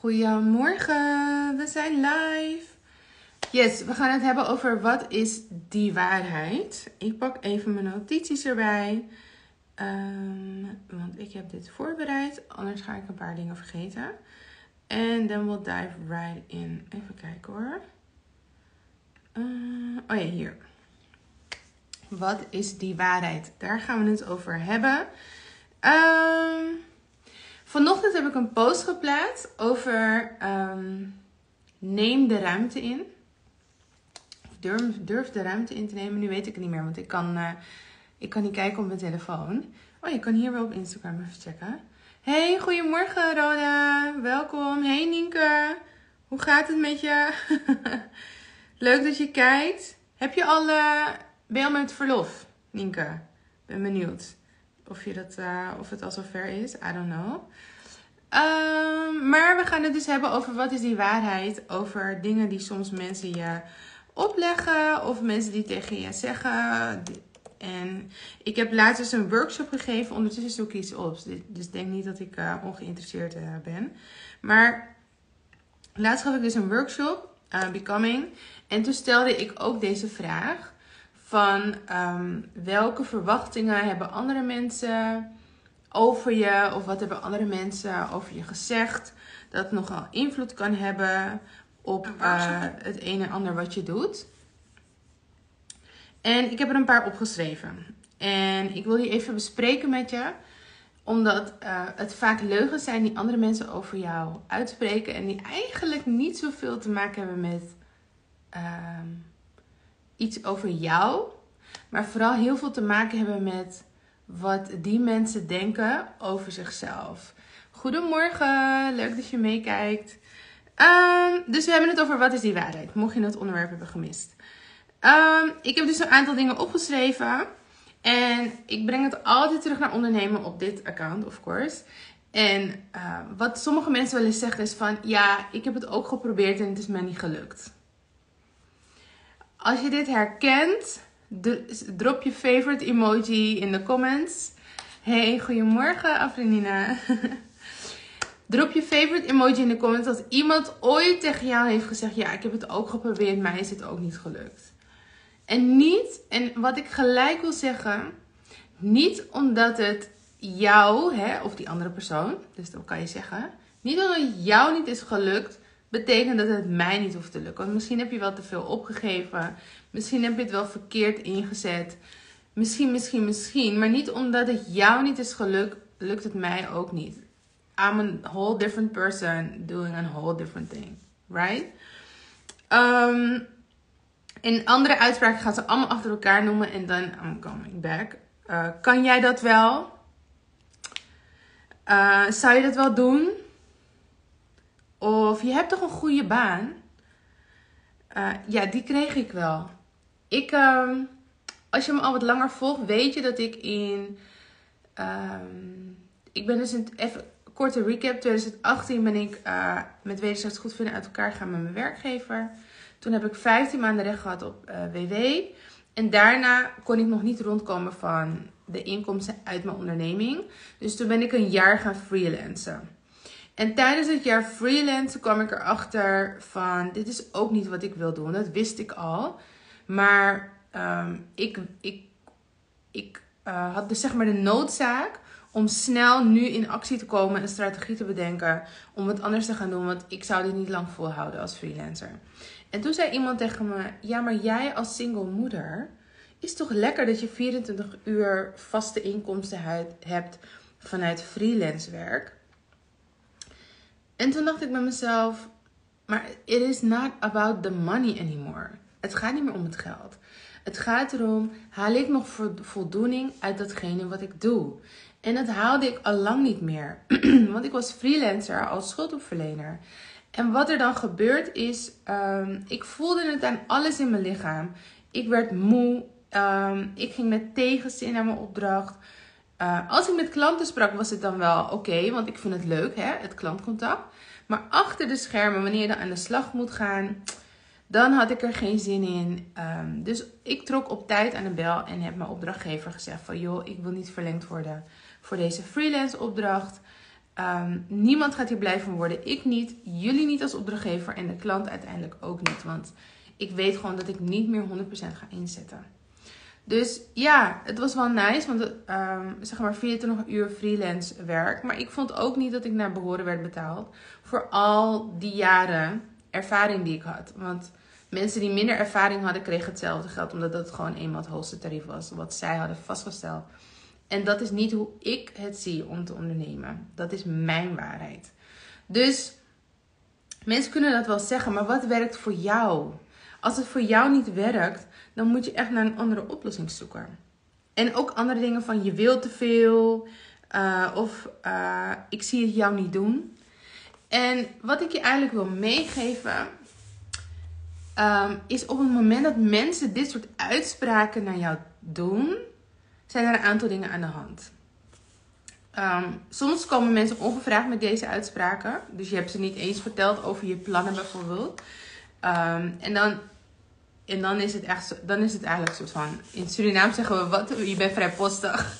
Goedemorgen, we zijn live. Yes, we gaan het hebben over wat is die waarheid. Ik pak even mijn notities erbij. Want ik heb dit voorbereid, anders ga ik een paar dingen vergeten. En then we'll dive right in. Even kijken hoor. Oh ja, hier. Wat is die waarheid? Daar gaan we het over hebben. Vanochtend heb ik een post geplaatst over neem de ruimte in. Of durf de ruimte in te nemen. Nu weet ik het niet meer, want ik kan niet kijken op mijn telefoon. Oh, je kan hier wel op Instagram even checken. Hey, goedemorgen Roda. Welkom. Hey Nienke. Hoe gaat het met je? Leuk dat je kijkt. Ben je al met verlof, Nienke? Ben benieuwd. Of het al zover is. I don't know. Maar we gaan het dus hebben over wat is die waarheid. Over dingen die soms mensen je opleggen. Of mensen die tegen je zeggen. En ik heb laatst dus een workshop gegeven. Ondertussen zoek ik iets op. Dus denk niet dat ik ongeïnteresseerd ben. Maar laatst gaf ik dus een workshop. Becoming. En toen stelde ik ook deze vraag. Van welke verwachtingen hebben andere mensen over je? Of wat hebben andere mensen over je gezegd? Dat nogal invloed kan hebben op het een en ander wat je doet. En ik heb er een paar opgeschreven. En ik wil die even bespreken met je. Omdat het vaak leugens zijn die andere mensen over jou uitspreken. En die eigenlijk niet zoveel te maken hebben met iets over jou. Maar vooral heel veel te maken hebben met wat die mensen denken over zichzelf. Goedemorgen, leuk dat je meekijkt. Dus we hebben het over wat is die waarheid. Mocht je het onderwerp hebben gemist. Ik heb dus een aantal dingen opgeschreven. En ik breng het altijd terug naar ondernemen op dit account, of course. En wat sommige mensen wel eens zeggen is van... Ja, ik heb het ook geprobeerd en het is mij niet gelukt. Als je dit herkent, drop je favorite emoji in de comments. Hey, goedemorgen Afrenina. Drop je favorite emoji in de comments als iemand ooit tegen jou heeft gezegd... Ja, ik heb het ook geprobeerd, mij is het ook niet gelukt. En wat ik gelijk wil zeggen... Niet omdat het jou, of die andere persoon... Dus dat kan je zeggen. Niet omdat het jou niet is gelukt... Betekent dat het mij niet hoeft te lukken. Want misschien heb je wel te veel opgegeven. Misschien heb je het wel verkeerd ingezet. Misschien. Maar niet omdat het jou niet is gelukt, lukt het mij ook niet. I'm a whole different person doing a whole different thing. Right? In andere uitspraken gaan ze allemaal achter elkaar noemen. En dan I'm coming back. Kan jij dat wel? Zou je dat wel doen? Of je hebt toch een goede baan? Ja, die kreeg ik wel. Als je me al wat langer volgt, weet je dat ik ik ben dus even korte recap. 2018 ben ik met wederzijds goedvinden uit elkaar gegaan met mijn werkgever. Toen heb ik 15 maanden recht gehad op WW. En daarna kon ik nog niet rondkomen van de inkomsten uit mijn onderneming. Dus toen ben ik een jaar gaan freelancen. En tijdens het jaar freelancen kwam ik erachter van... Dit is ook niet wat ik wil doen. Dat wist ik al. Maar ik had dus zeg maar de noodzaak... om snel nu in actie te komen... en een strategie te bedenken om wat anders te gaan doen. Want ik zou dit niet lang volhouden als freelancer. En toen zei iemand tegen me... Ja, maar jij als single moeder... is toch lekker dat je 24 uur vaste inkomsten hebt... vanuit freelance werk... En toen dacht ik bij mezelf, maar it is not about the money anymore. Het gaat niet meer om het geld. Het gaat erom, haal ik nog voldoening uit datgene wat ik doe? En dat haalde ik al lang niet meer. Want ik was freelancer als schuldhulpverlener. En wat er dan gebeurt is, ik voelde het aan alles in mijn lichaam. Ik werd moe. Ik ging met tegenzin naar mijn opdracht. Als ik met klanten sprak was het dan wel oké, want ik vind het leuk, het klantcontact. Maar achter de schermen, wanneer je dan aan de slag moet gaan, dan had ik er geen zin in. Dus ik trok op tijd aan de bel en heb mijn opdrachtgever gezegd van... joh, ik wil niet verlengd worden voor deze freelance opdracht. Niemand gaat hier blij van worden. Ik niet, jullie niet als opdrachtgever en de klant uiteindelijk ook niet. Want ik weet gewoon dat ik niet meer 100% ga inzetten. Dus ja, het was wel nice, want zeg maar 24 uur freelance werk. Maar ik vond ook niet dat ik naar behoren werd betaald voor al die jaren ervaring die ik had. Want mensen die minder ervaring hadden, kregen hetzelfde geld, omdat dat gewoon eenmaal het hoogste tarief was, wat zij hadden vastgesteld. En dat is niet hoe ik het zie om te ondernemen. Dat is mijn waarheid. Dus mensen kunnen dat wel zeggen, maar wat werkt voor jou? Als het voor jou niet werkt, dan moet je echt naar een andere oplossing zoeken. En ook andere dingen van je wilt te veel. Of ik zie het jou niet doen. En wat ik je eigenlijk wil meegeven, is op het moment dat mensen dit soort uitspraken naar jou doen, zijn er een aantal dingen aan de hand. Soms komen mensen ongevraagd met deze uitspraken. Dus je hebt ze niet eens verteld over je plannen bijvoorbeeld. En dan is het eigenlijk een soort van, in Suriname zeggen we, wat, je bent vrijpostig.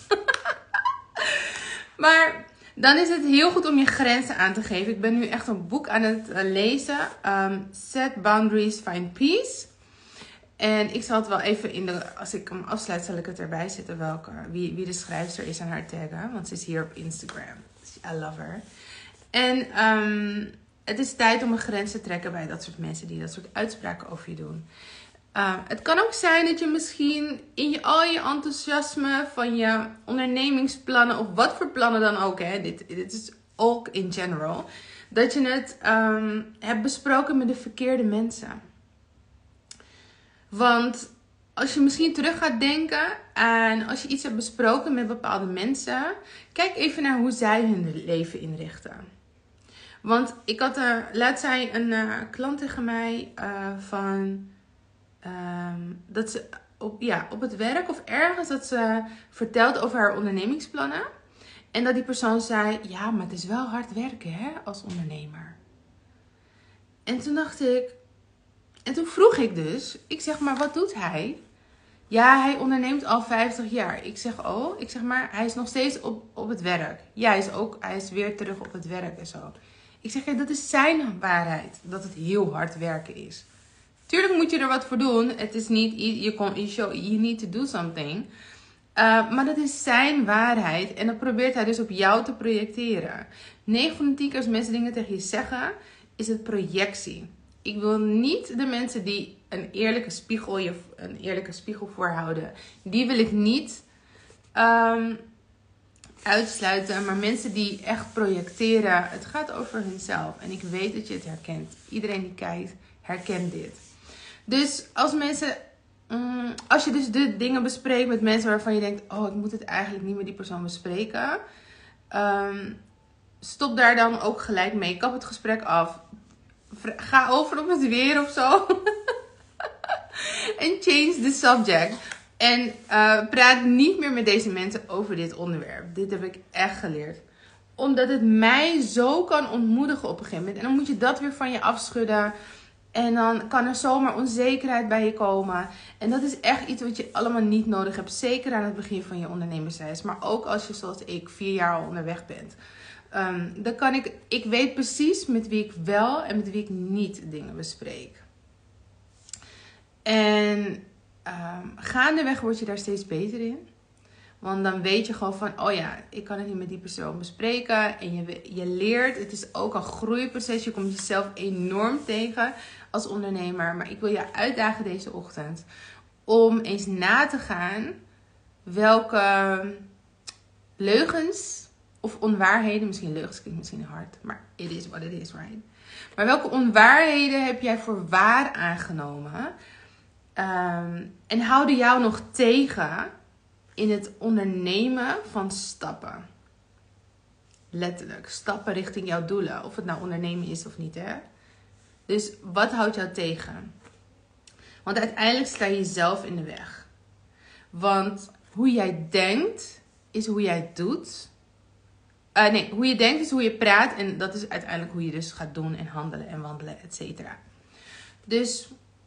Maar dan is het heel goed om je grenzen aan te geven. Ik ben nu echt een boek aan het lezen. Set Boundaries, Find Peace. En ik zal het wel even als ik hem afsluit, zal ik het erbij zetten wie de schrijfster is en haar taggen. Want ze is hier op Instagram. I love her. En het is tijd om een grens te trekken bij dat soort mensen die dat soort uitspraken over je doen. Het kan ook zijn dat je misschien in al je enthousiasme van je ondernemingsplannen, of wat voor plannen dan ook, hè, dit is ook in general, dat je het hebt besproken met de verkeerde mensen. Want als je misschien terug gaat denken en als je iets hebt besproken met bepaalde mensen, kijk even naar hoe zij hun leven inrichten. Want ik had laatst zei een klant tegen mij dat ze op het werk of ergens dat ze vertelt over haar ondernemingsplannen. En dat die persoon zei, ja, maar het is wel hard werken, hè, als ondernemer. En toen vroeg ik dus, ik zeg, maar wat doet hij? Ja, hij onderneemt al 50 jaar. Ik zeg, maar hij is nog steeds op het werk. Ja, hij is weer terug op het werk en zo. Ik zeg, ja, dat is zijn waarheid, dat het heel hard werken is. Tuurlijk moet je er wat voor doen. Het is niet, you need to do something. Maar dat is zijn waarheid. En dat probeert hij dus op jou te projecteren. 9 van de 10 keer als mensen dingen tegen je zeggen, is het projectie. Ik wil niet de mensen die een eerlijke spiegel voorhouden. Die wil ik niet uitsluiten. Maar mensen die echt projecteren. Het gaat over hunzelf. En ik weet dat je het herkent. Iedereen die kijkt herkent dit. Dus als je dus de dingen bespreekt met mensen waarvan je denkt, oh, ik moet het eigenlijk niet met die persoon bespreken. Stop daar dan ook gelijk mee. Kap het gesprek af. Ga over op het weer of zo. En change the subject. En praat niet meer met deze mensen over dit onderwerp. Dit heb ik echt geleerd. Omdat het mij zo kan ontmoedigen op een gegeven moment. En dan moet je dat weer van je afschudden. En dan kan er zomaar onzekerheid bij je komen. En dat is echt iets wat je allemaal niet nodig hebt. Zeker aan het begin van je ondernemersreis. Maar ook als je, zoals ik, 4 jaar al onderweg bent. Dan kan ik weet precies met wie ik wel en met wie ik niet dingen bespreek. En gaandeweg word je daar steeds beter in. Want dan weet je gewoon van, oh ja, ik kan het niet met die persoon bespreken. En je leert, het is ook een groeiproces. Je komt jezelf enorm tegen als ondernemer. Maar ik wil je uitdagen deze ochtend om eens na te gaan welke leugens of onwaarheden, misschien leugens klinkt misschien hard, maar it is what it is, right? Maar welke onwaarheden heb jij voor waar aangenomen? En houden jou nog tegen in het ondernemen van stappen. Letterlijk, stappen richting jouw doelen. Of het nou ondernemen is of niet, hè. Dus wat houdt jou tegen? Want uiteindelijk sta je jezelf in de weg. Want hoe jij denkt, is hoe jij doet. Hoe je denkt is hoe je praat. En dat is uiteindelijk hoe je dus gaat doen en handelen en wandelen, et cetera. Dus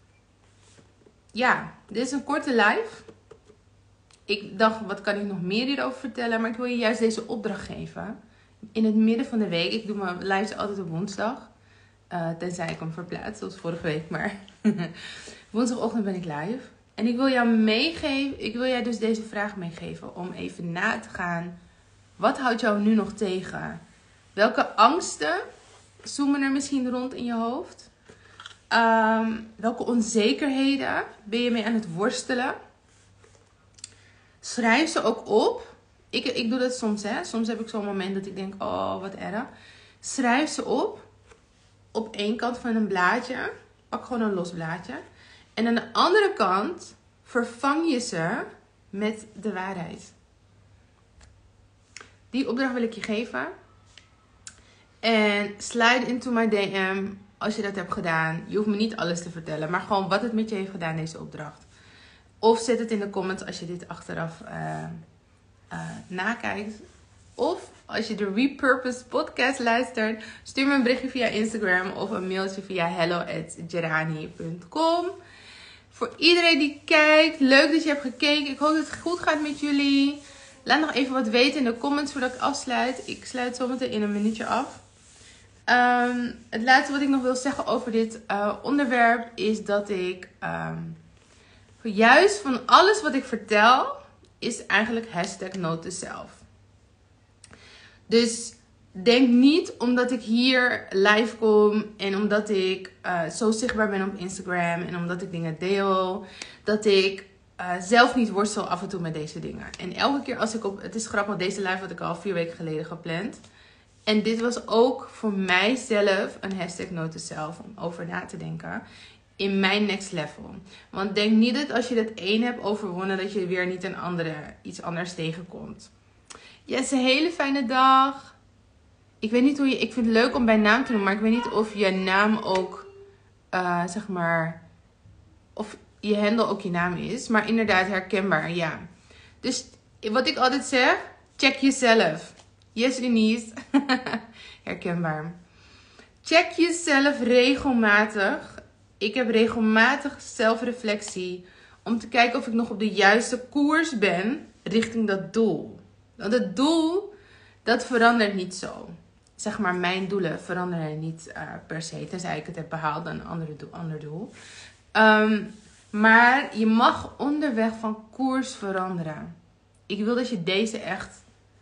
ja, dit is een korte live. Ik dacht, wat kan ik nog meer hierover vertellen? Maar ik wil je juist deze opdracht geven. in het midden van de week. Ik doe mijn lives altijd op woensdag. Tenzij ik hem verplaats, zoals vorige week. Maar woensdagochtend ben ik live. En ik wil jou meegeven, ik wil jij dus deze vraag meegeven. Om even na te gaan. Wat houdt jou nu nog tegen? Welke angsten zoomen er misschien rond in je hoofd? Welke onzekerheden ben je mee aan het worstelen? Schrijf ze ook op. Ik doe dat soms, hè. Soms heb ik zo'n moment dat ik denk, oh, wat erg. Schrijf ze op één kant van een blaadje. Pak gewoon een los blaadje. En aan de andere kant vervang je ze met de waarheid. Die opdracht wil ik je geven. En slide into my DM als je dat hebt gedaan. Je hoeft me niet alles te vertellen, maar gewoon wat het met je heeft gedaan, deze opdracht. Of zet het in de comments als je dit achteraf nakijkt. Of als je de Repurposed podcast luistert, stuur me een berichtje via Instagram of een mailtje via hello@gerani.com. Voor iedereen die kijkt, leuk dat je hebt gekeken. Ik hoop dat het goed gaat met jullie. Laat nog even wat weten in de comments voordat ik afsluit. Ik sluit zometeen in een minuutje af. Het laatste wat ik nog wil zeggen over dit onderwerp is dat ik juist van alles wat ik vertel is eigenlijk #note to self. Dus denk niet omdat ik hier live kom en omdat ik zo zichtbaar ben op Instagram en omdat ik dingen deel, dat ik zelf niet worstel af en toe met deze dingen. En elke keer als ik het is grappig, deze live had ik al 4 weken geleden gepland. En dit was ook voor mijzelf een #note to self om over na te denken. In mijn next level. Want denk niet dat als je dat één hebt overwonnen, dat je weer niet iets anders tegenkomt. Yes, een hele fijne dag. Ik weet niet ik vind het leuk om bij naam te noemen, maar ik weet niet of je naam ook, of je handle ook je naam is. Maar inderdaad herkenbaar, ja. Dus wat ik altijd zeg, check jezelf. Yes, Denise. Herkenbaar. Check jezelf regelmatig. Ik heb regelmatig zelfreflectie om te kijken of ik nog op de juiste koers ben richting dat doel. Want het doel, dat verandert niet zo. Zeg maar, mijn doelen veranderen niet per se. Tenzij ik het heb behaald dan een ander doel. Maar je mag onderweg van koers veranderen. Ik wil dat je deze echt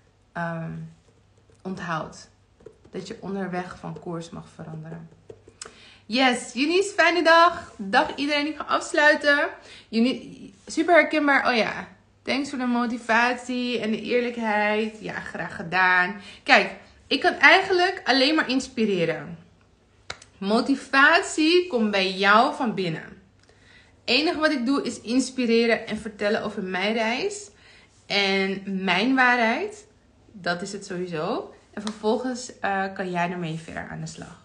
onthoudt. Dat je onderweg van koers mag veranderen. Yes, Eunice, fijne dag. Dag iedereen, ik ga afsluiten. Super herkenbaar. Oh ja, thanks voor de motivatie en de eerlijkheid. Ja, graag gedaan. Kijk, ik kan eigenlijk alleen maar inspireren. Motivatie komt bij jou van binnen. Het enige wat ik doe is inspireren en vertellen over mijn reis. En mijn waarheid. Dat is het sowieso. En vervolgens kan jij ermee verder aan de slag.